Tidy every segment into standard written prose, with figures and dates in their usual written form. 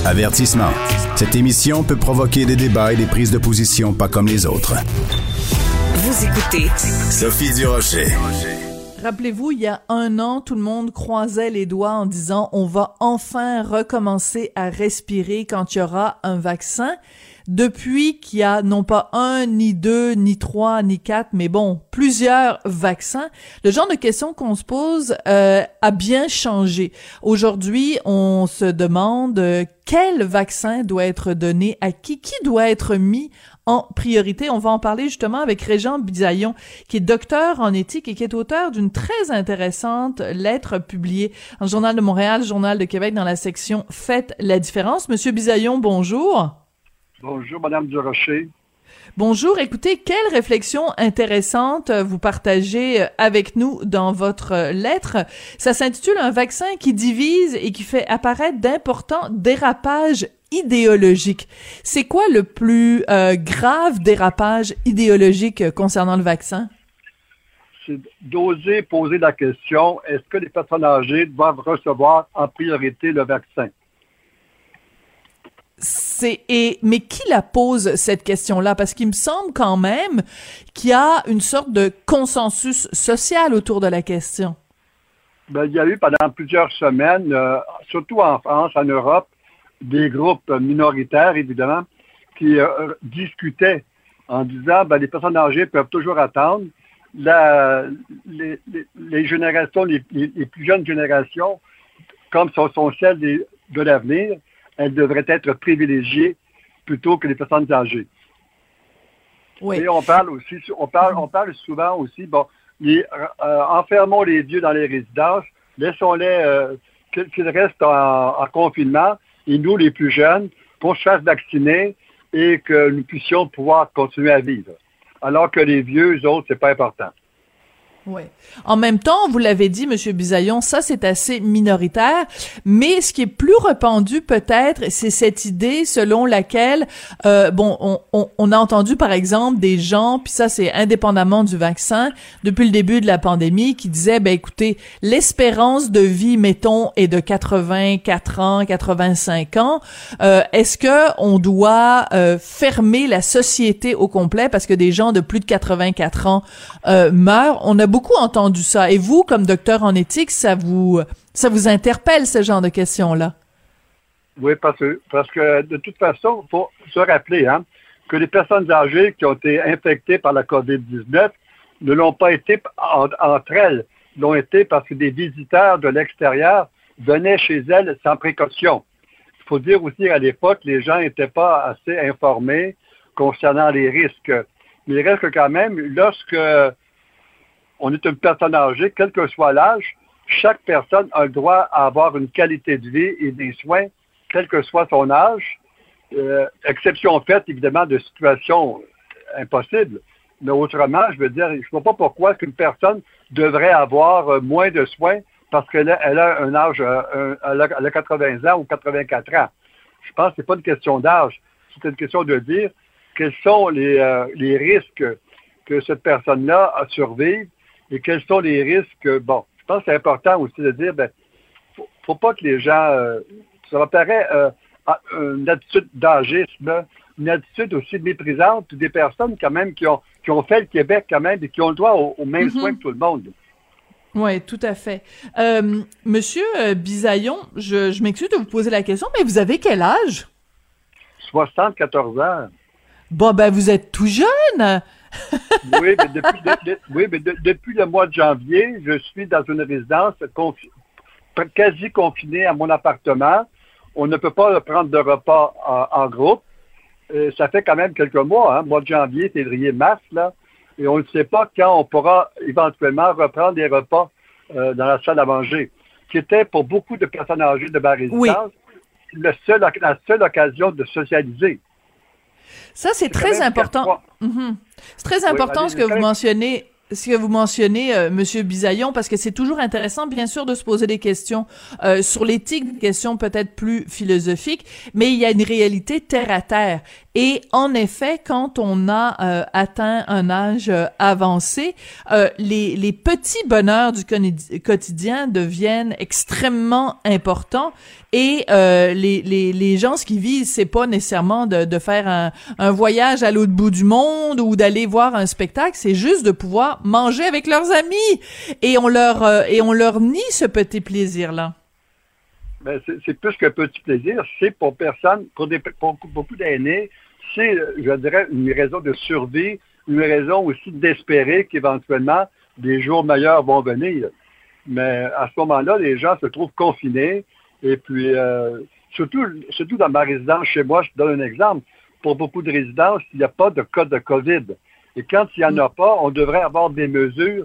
Avertissement. Cette émission peut provoquer des débats et des prises de position pas comme les autres. Vous écoutez Sophie Durocher. Rappelez-vous, il y a 1 an, tout le monde croisait les doigts en disant « On va enfin recommencer à respirer quand il y aura un vaccin ». Depuis qu'il y a non pas 1, ni 2, ni 3, ni 4, mais bon, plusieurs vaccins, le genre de questions qu'on se pose a bien changé. Aujourd'hui, on se demande quel vaccin doit être donné à qui doit être mis en priorité. On va en parler justement avec Régent Bisaillon, qui est docteur en éthique et qui est auteur d'une très intéressante lettre publiée dans le Journal de Montréal, Journal de Québec, dans la section « Faites la différence ». Monsieur Bisaillon, bonjour. Bonjour, Madame Durocher. Bonjour. Écoutez, quelle réflexion intéressante vous partagez avec nous dans votre lettre. Ça s'intitule « Un vaccin qui divise et qui fait apparaître d'importants dérapages idéologiques ». C'est quoi le plus grave dérapage idéologique concernant le vaccin? C'est d'oser poser la question, est-ce que les personnes âgées doivent recevoir en priorité le vaccin? Mais qui la pose, cette question-là? Parce qu'il me semble quand même qu'il y a une sorte de consensus social autour de la question. Ben, il y a eu pendant plusieurs semaines, surtout en France, en Europe, des groupes minoritaires, évidemment, qui discutaient en disant les personnes âgées peuvent toujours attendre. Les générations, les plus jeunes générations, comme ce sont celles de l'avenir, elles devraient être privilégiées plutôt que les personnes âgées. Oui. Et on parle souvent aussi, enfermons les vieux dans les résidences, laissons-les qu'ils restent en confinement, et nous, les plus jeunes, qu'on se fasse vacciner et que nous puissions pouvoir continuer à vivre. Alors que les vieux, eux autres, c'est pas important. Oui. En même temps, vous l'avez dit, Monsieur Bisaillon, ça c'est assez minoritaire, mais ce qui est plus répandu peut-être, c'est cette idée selon laquelle, on a entendu par exemple des gens, puis ça c'est indépendamment du vaccin, depuis le début de la pandémie, qui disaient, écoutez, l'espérance de vie, mettons, est de 84 ans, 85 ans. Est-ce que on doit fermer la société au complet parce que des gens de plus de 84 ans meurent? On a beaucoup entendu ça. Et vous, comme docteur en éthique, ça vous interpelle, ce genre de questions-là? Oui, parce que de toute façon, il faut se rappeler que les personnes âgées qui ont été infectées par la COVID-19 ne l'ont pas été entre elles, l'ont été parce que des visiteurs de l'extérieur venaient chez elles sans précaution. Il faut dire aussi qu'à l'époque, les gens n'étaient pas assez informés concernant les risques. Mais il reste quand même, lorsque on est une personne âgée, quel que soit l'âge, chaque personne a le droit à avoir une qualité de vie et des soins, quel que soit son âge. Exception faite, évidemment, de situations impossibles. Mais autrement, je veux dire, je ne vois pas pourquoi qu'une personne devrait avoir moins de soins parce qu'elle a un âge, elle a 80 ans ou 84 ans. Je pense que ce n'est pas une question d'âge. C'est une question de dire quels sont les risques que cette personne-là a survécu. Et quels sont les risques? Je pense que c'est important aussi de dire, faut pas que les gens, ça me paraît une attitude d'âgisme, une attitude aussi méprisante des personnes quand même qui ont fait le Québec quand même et qui ont le droit aux mêmes soins que tout le monde. Oui, tout à fait. Monsieur Bisaillon, je m'excuse de vous poser la question, mais vous avez quel âge? 74 ans. Bon, vous êtes tout jeune! Oui, mais depuis le mois de janvier, je suis dans une résidence quasi confinée à mon appartement. On ne peut pas prendre de repas en groupe. Ça fait quand même quelques mois, mois de janvier, février, mars, là. Et on ne sait pas quand on pourra éventuellement reprendre des repas dans la salle à manger, qui était pour beaucoup de personnes âgées de ma résidence la seule occasion de socialiser. Ça, c'est très important. C'est très important ce que vous mentionnez, Monsieur Bisaillon, parce que c'est toujours intéressant, bien sûr, de se poser des questions sur l'éthique, des questions peut-être plus philosophiques, mais il y a une réalité terre à terre. Et en effet, quand on a atteint un âge avancé, les petits bonheurs du quotidien deviennent extrêmement importants. Et les gens, ce qu'ils visent, c'est pas nécessairement de faire un voyage à l'autre bout du monde ou d'aller voir un spectacle, c'est juste de pouvoir manger avec leurs amis. Et on leur nie ce petit plaisir-là. Ben, c'est plus qu'un petit plaisir, c'est pour personne, pour beaucoup d'aînés, c'est, je dirais, une raison de survie, une raison aussi d'espérer qu'éventuellement des jours meilleurs vont venir. Mais à ce moment-là, les gens se trouvent confinés, et puis surtout dans ma résidence chez moi, je te donne un exemple, pour beaucoup de résidences, il n'y a pas de cas de COVID. Et quand il n'y en a pas, on devrait avoir des mesures,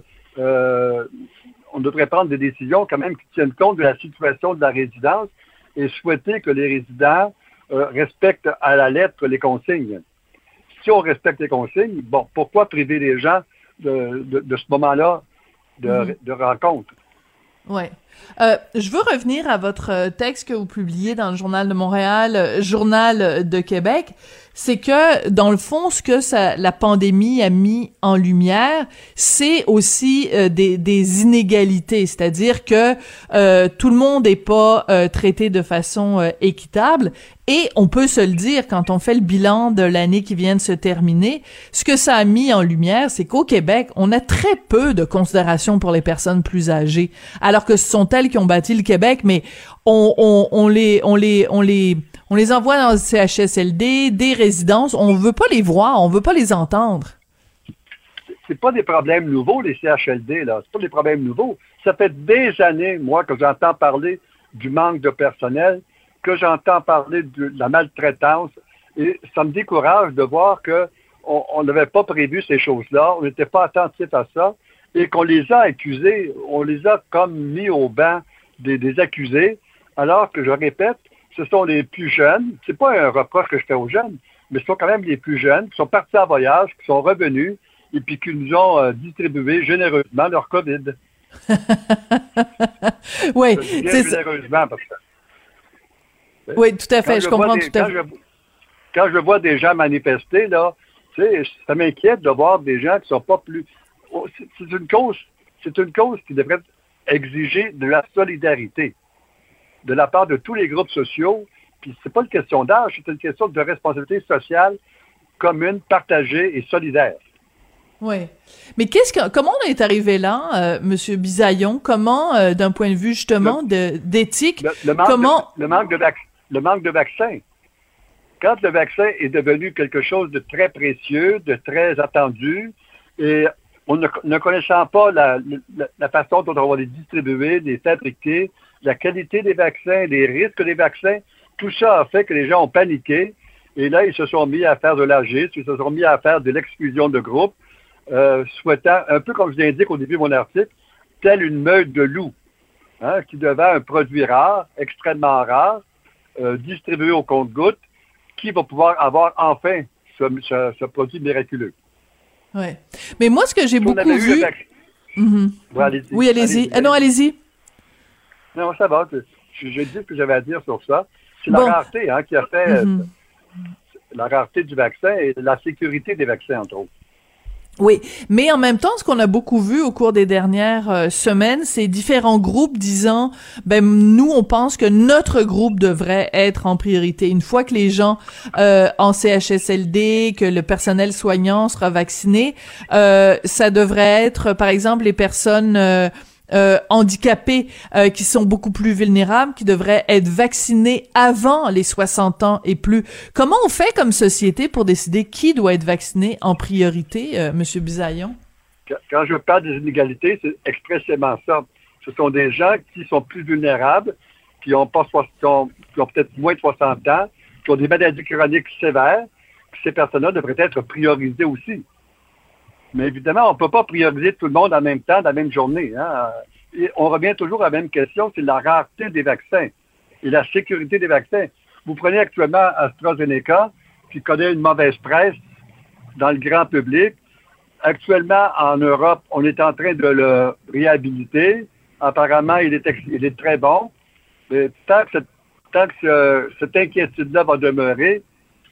on devrait prendre des décisions quand même qui tiennent compte de la situation de la résidence et souhaiter que les résidents respectent à la lettre les consignes. Si on respecte les consignes, bon, pourquoi priver les gens de ce moment-là de rencontre? Oui. Je veux revenir à votre texte que vous publiez dans le Journal de Montréal, Journal de Québec. C'est que, dans le fond, ce que la pandémie a mis en lumière, c'est aussi des inégalités. C'est-à-dire que tout le monde n'est pas traité de façon équitable. Et on peut se le dire, quand on fait le bilan de l'année qui vient de se terminer, ce que ça a mis en lumière, c'est qu'au Québec, on a très peu de considération pour les personnes plus âgées. Alors que ce sont elles qui ont bâti le Québec, mais on les envoie dans le CHSLD, des résidences, on veut pas les voir, on veut pas les entendre. C'est pas des problèmes nouveaux, les CHLD, là. C'est pas des problèmes nouveaux. Ça fait des années, moi, que j'entends parler du manque de personnel, que j'entends parler de la maltraitance, et ça me décourage de voir qu'on n'avait pas prévu ces choses-là, on n'était pas attentif à ça, et qu'on les a accusés, on les a comme mis au banc des accusés, alors que, je répète, ce sont les plus jeunes, c'est pas un reproche que je fais aux jeunes, mais ce sont quand même les plus jeunes qui sont partis en voyage, qui sont revenus, et puis qui nous ont distribué généreusement leur COVID. Oui, c'est généreusement, parce que oui, tout à fait, je comprends tout à fait. Quand je vois des gens manifester, là, tu sais, ça m'inquiète de voir des gens qui sont pas plus... C'est une cause qui devrait exiger de la solidarité de la part de tous les groupes sociaux. Puis c'est pas une question d'âge, c'est une question de responsabilité sociale commune, partagée et solidaire. Oui. Mais comment on est arrivé là, Monsieur Bisaillon? Comment, d'un point de vue justement d'éthique, le manque de vaccins. Quand le vaccin est devenu quelque chose de très précieux, de très attendu, et on ne connaissant pas la façon dont on va les distribuer, les fabriquer, la qualité des vaccins, les risques des vaccins, tout ça a fait que les gens ont paniqué. Et là, ils se sont mis à faire de l'agisme, ils se sont mis à faire de l'exclusion de groupe, souhaitant, un peu comme je l'indique au début de mon article, telle une meute de loups, qui devait un produit rare, extrêmement rare, distribué au compte-gouttes, qui va pouvoir avoir enfin ce produit miraculeux. Oui. Mais moi, ce que j'ai beaucoup vu... Ouais, allez-y. Oui, allez-y. Non, allez-y. Non, ça va. Je dis ce que j'avais à dire sur ça. C'est la rareté qui a fait la rareté du vaccin et la sécurité des vaccins, entre autres. Oui, mais en même temps, ce qu'on a beaucoup vu au cours des dernières semaines, c'est différents groupes disant, nous, on pense que notre groupe devrait être en priorité. Une fois que les gens en CHSLD, que le personnel soignant sera vacciné, ça devrait être, par exemple, les personnes handicapés qui sont beaucoup plus vulnérables, qui devraient être vaccinés avant les 60 ans et plus. Comment on fait comme société pour décider qui doit être vacciné en priorité, Monsieur Bisaillon? Quand je parle des inégalités, c'est expressément ça. Ce sont des gens qui sont plus vulnérables, qui ont peut-être moins de 60 ans, qui ont des maladies chroniques sévères. Ces personnes-là devraient être priorisées aussi. Mais évidemment, on ne peut pas prioriser tout le monde en même temps, dans la même journée. Et on revient toujours à la même question, c'est la rareté des vaccins et la sécurité des vaccins. Vous prenez actuellement AstraZeneca, qui connaît une mauvaise presse dans le grand public. Actuellement, en Europe, on est en train de le réhabiliter. Apparemment, il est très bon. Mais tant que cette inquiétude-là va demeurer,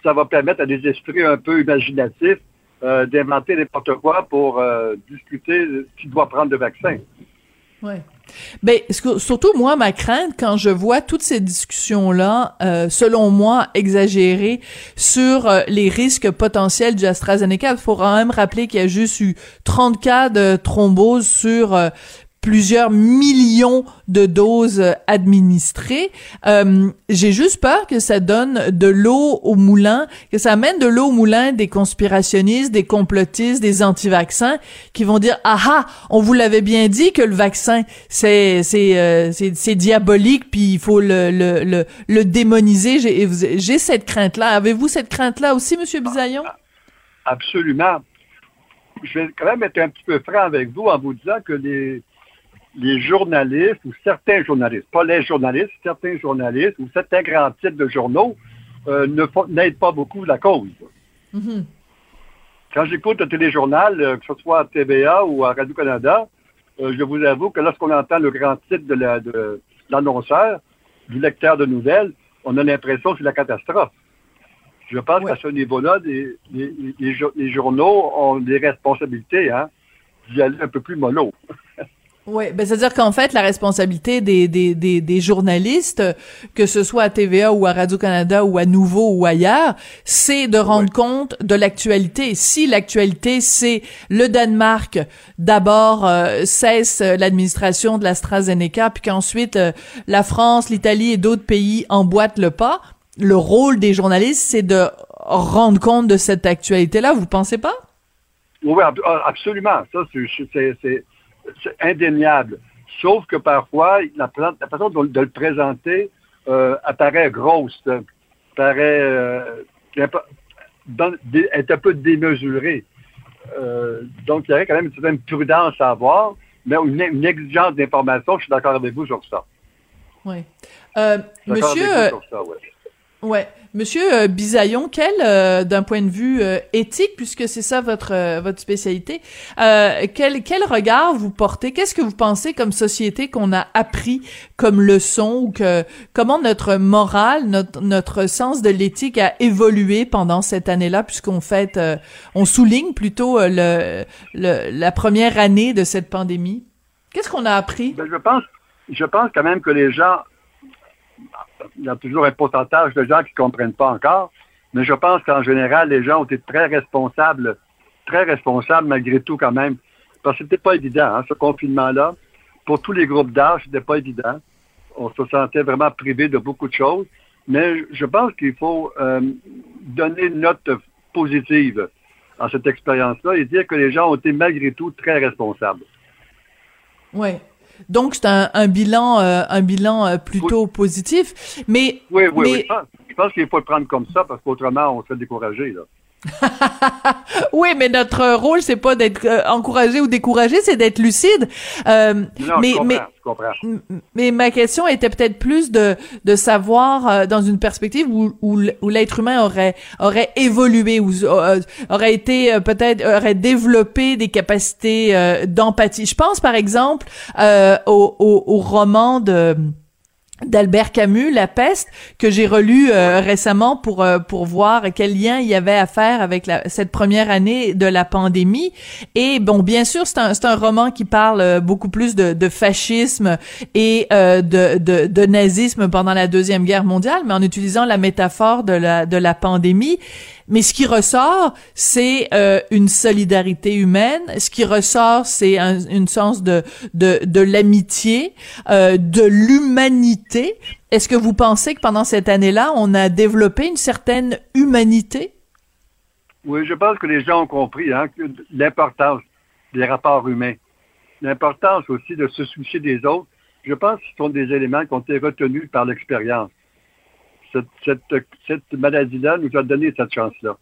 ça va permettre à des esprits un peu imaginatifs d'inventer n'importe quoi pour discuter qui doit prendre le vaccin. Ouais. Ben, surtout, moi, ma crainte, quand je vois toutes ces discussions-là, selon moi, exagérées sur les risques potentiels du AstraZeneca, il faut quand même rappeler qu'il y a juste eu 30 cas de thrombose sur plusieurs millions de doses administrées. J'ai juste peur que ça donne de l'eau au moulin, que ça amène de l'eau au moulin des conspirationnistes, des complotistes, des anti-vaccins qui vont dire ah, on vous l'avait bien dit que le vaccin c'est diabolique puis il faut le démoniser. J'ai cette crainte-là. Avez-vous cette crainte-là aussi, Monsieur Bisaillon? Absolument. Je vais quand même être un petit peu franc avec vous en vous disant que les journalistes ou certains journalistes, pas les journalistes, certains journalistes ou certains grands titres de journaux n'aident pas beaucoup la cause. Mm-hmm. Quand j'écoute le téléjournal, que ce soit à TVA ou à Radio-Canada, je vous avoue que lorsqu'on entend le grand titre de l'annonceur, du lecteur de nouvelles, on a l'impression que c'est la catastrophe. Je pense qu'à ce niveau-là, les journaux ont des responsabilités d'y aller un peu plus mollo. Oui, ben c'est-à-dire qu'en fait, la responsabilité des journalistes, que ce soit à TVA ou à Radio-Canada ou à Nouveau ou ailleurs, c'est de rendre compte de l'actualité. Si l'actualité, c'est le Danemark, d'abord cesse l'administration de l'AstraZeneca, puis qu'ensuite la France, l'Italie et d'autres pays emboîtent le pas, le rôle des journalistes, c'est de rendre compte de cette actualité-là. Vous pensez pas? Oui, absolument. Ça, c'est indéniable. Sauf que parfois, la façon de le présenter apparaît grosse, paraît est un peu démesurée. Donc, il y aurait quand même une certaine prudence à avoir, mais une exigence d'information, je suis d'accord avec vous sur ça. Oui. Monsieur Bisaillon, d'un point de vue éthique, puisque c'est ça votre spécialité, quel regard vous portez? Qu'est-ce que vous pensez comme société qu'on a appris comme leçon, ou comment notre morale, notre sens de l'éthique a évolué pendant cette année-là, puisqu'on on souligne plutôt la première année de cette pandémie? Qu'est-ce qu'on a appris? Ben, je pense quand même que les gens, il y a toujours un pourcentage de gens qui ne comprennent pas encore, mais je pense qu'en général, les gens ont été très responsables malgré tout quand même, parce que c'était pas évident, ce confinement-là. Pour tous les groupes d'âge, c'était pas évident. On se sentait vraiment privé de beaucoup de choses, mais je pense qu'il faut donner une note positive à cette expérience-là et dire que les gens ont été malgré tout très responsables. Oui. Donc, c'est un bilan plutôt positif, mais... Oui. Je pense qu'il faut le prendre comme ça, parce qu'autrement, on serait découragé, là. Oui, mais notre rôle, c'est pas d'être encouragé ou découragé, c'est d'être lucide. Je comprends. Mais ma question était peut-être plus de savoir dans une perspective où l'être humain aurait évolué, ou aurait été aurait développé des capacités d'empathie. Je pense par exemple au roman d'Albert Camus, La Peste, que j'ai relu récemment pour voir quel lien il y avait à faire avec cette première année de la pandémie. Et bon, bien sûr, c'est un roman qui parle beaucoup plus de fascisme et de nazisme pendant la Deuxième Guerre mondiale, mais en utilisant la métaphore de la pandémie. Mais ce qui ressort, c'est une solidarité humaine. Ce qui ressort, c'est une sens de l'amitié, de l'humanité. Est-ce que vous pensez que pendant cette année-là, on a développé une certaine humanité? Oui, je pense que les gens ont compris l'importance des rapports humains, l'importance aussi de se soucier des autres. Je pense que ce sont des éléments qui ont été retenus par l'expérience. Cette maladie-là nous a donné cette chance-là.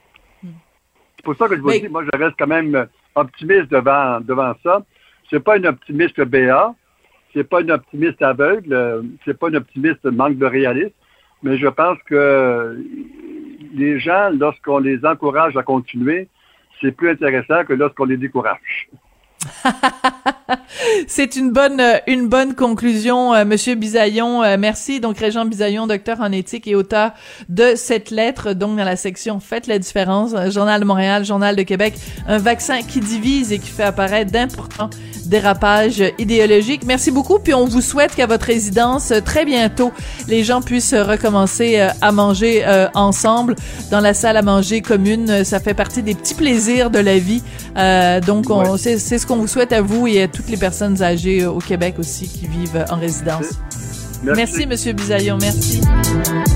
C'est pour ça que je vous dis, moi, je reste quand même optimiste devant ça. C'est pas un optimiste béat, c'est pas un optimiste aveugle, c'est pas un optimiste manque de réalisme, mais je pense que les gens, lorsqu'on les encourage à continuer, c'est plus intéressant que lorsqu'on les décourage. C'est une bonne conclusion, Monsieur Bisaillon. Merci. Donc, Régent Bisaillon, docteur en éthique et auteur de cette lettre, donc dans la section Faites la différence, Journal de Montréal, Journal de Québec, un vaccin qui divise et qui fait apparaître d'importants dérapages idéologiques. Merci beaucoup. Puis on vous souhaite qu'à votre résidence, très bientôt, les gens puissent recommencer à manger ensemble dans la salle à manger commune. Ça fait partie des petits plaisirs de la vie. Donc, c'est ce qu'on vous souhaite à vous et à toutes les personnes âgées au Québec aussi qui vivent en résidence. Merci, Monsieur Bisaillon. Merci.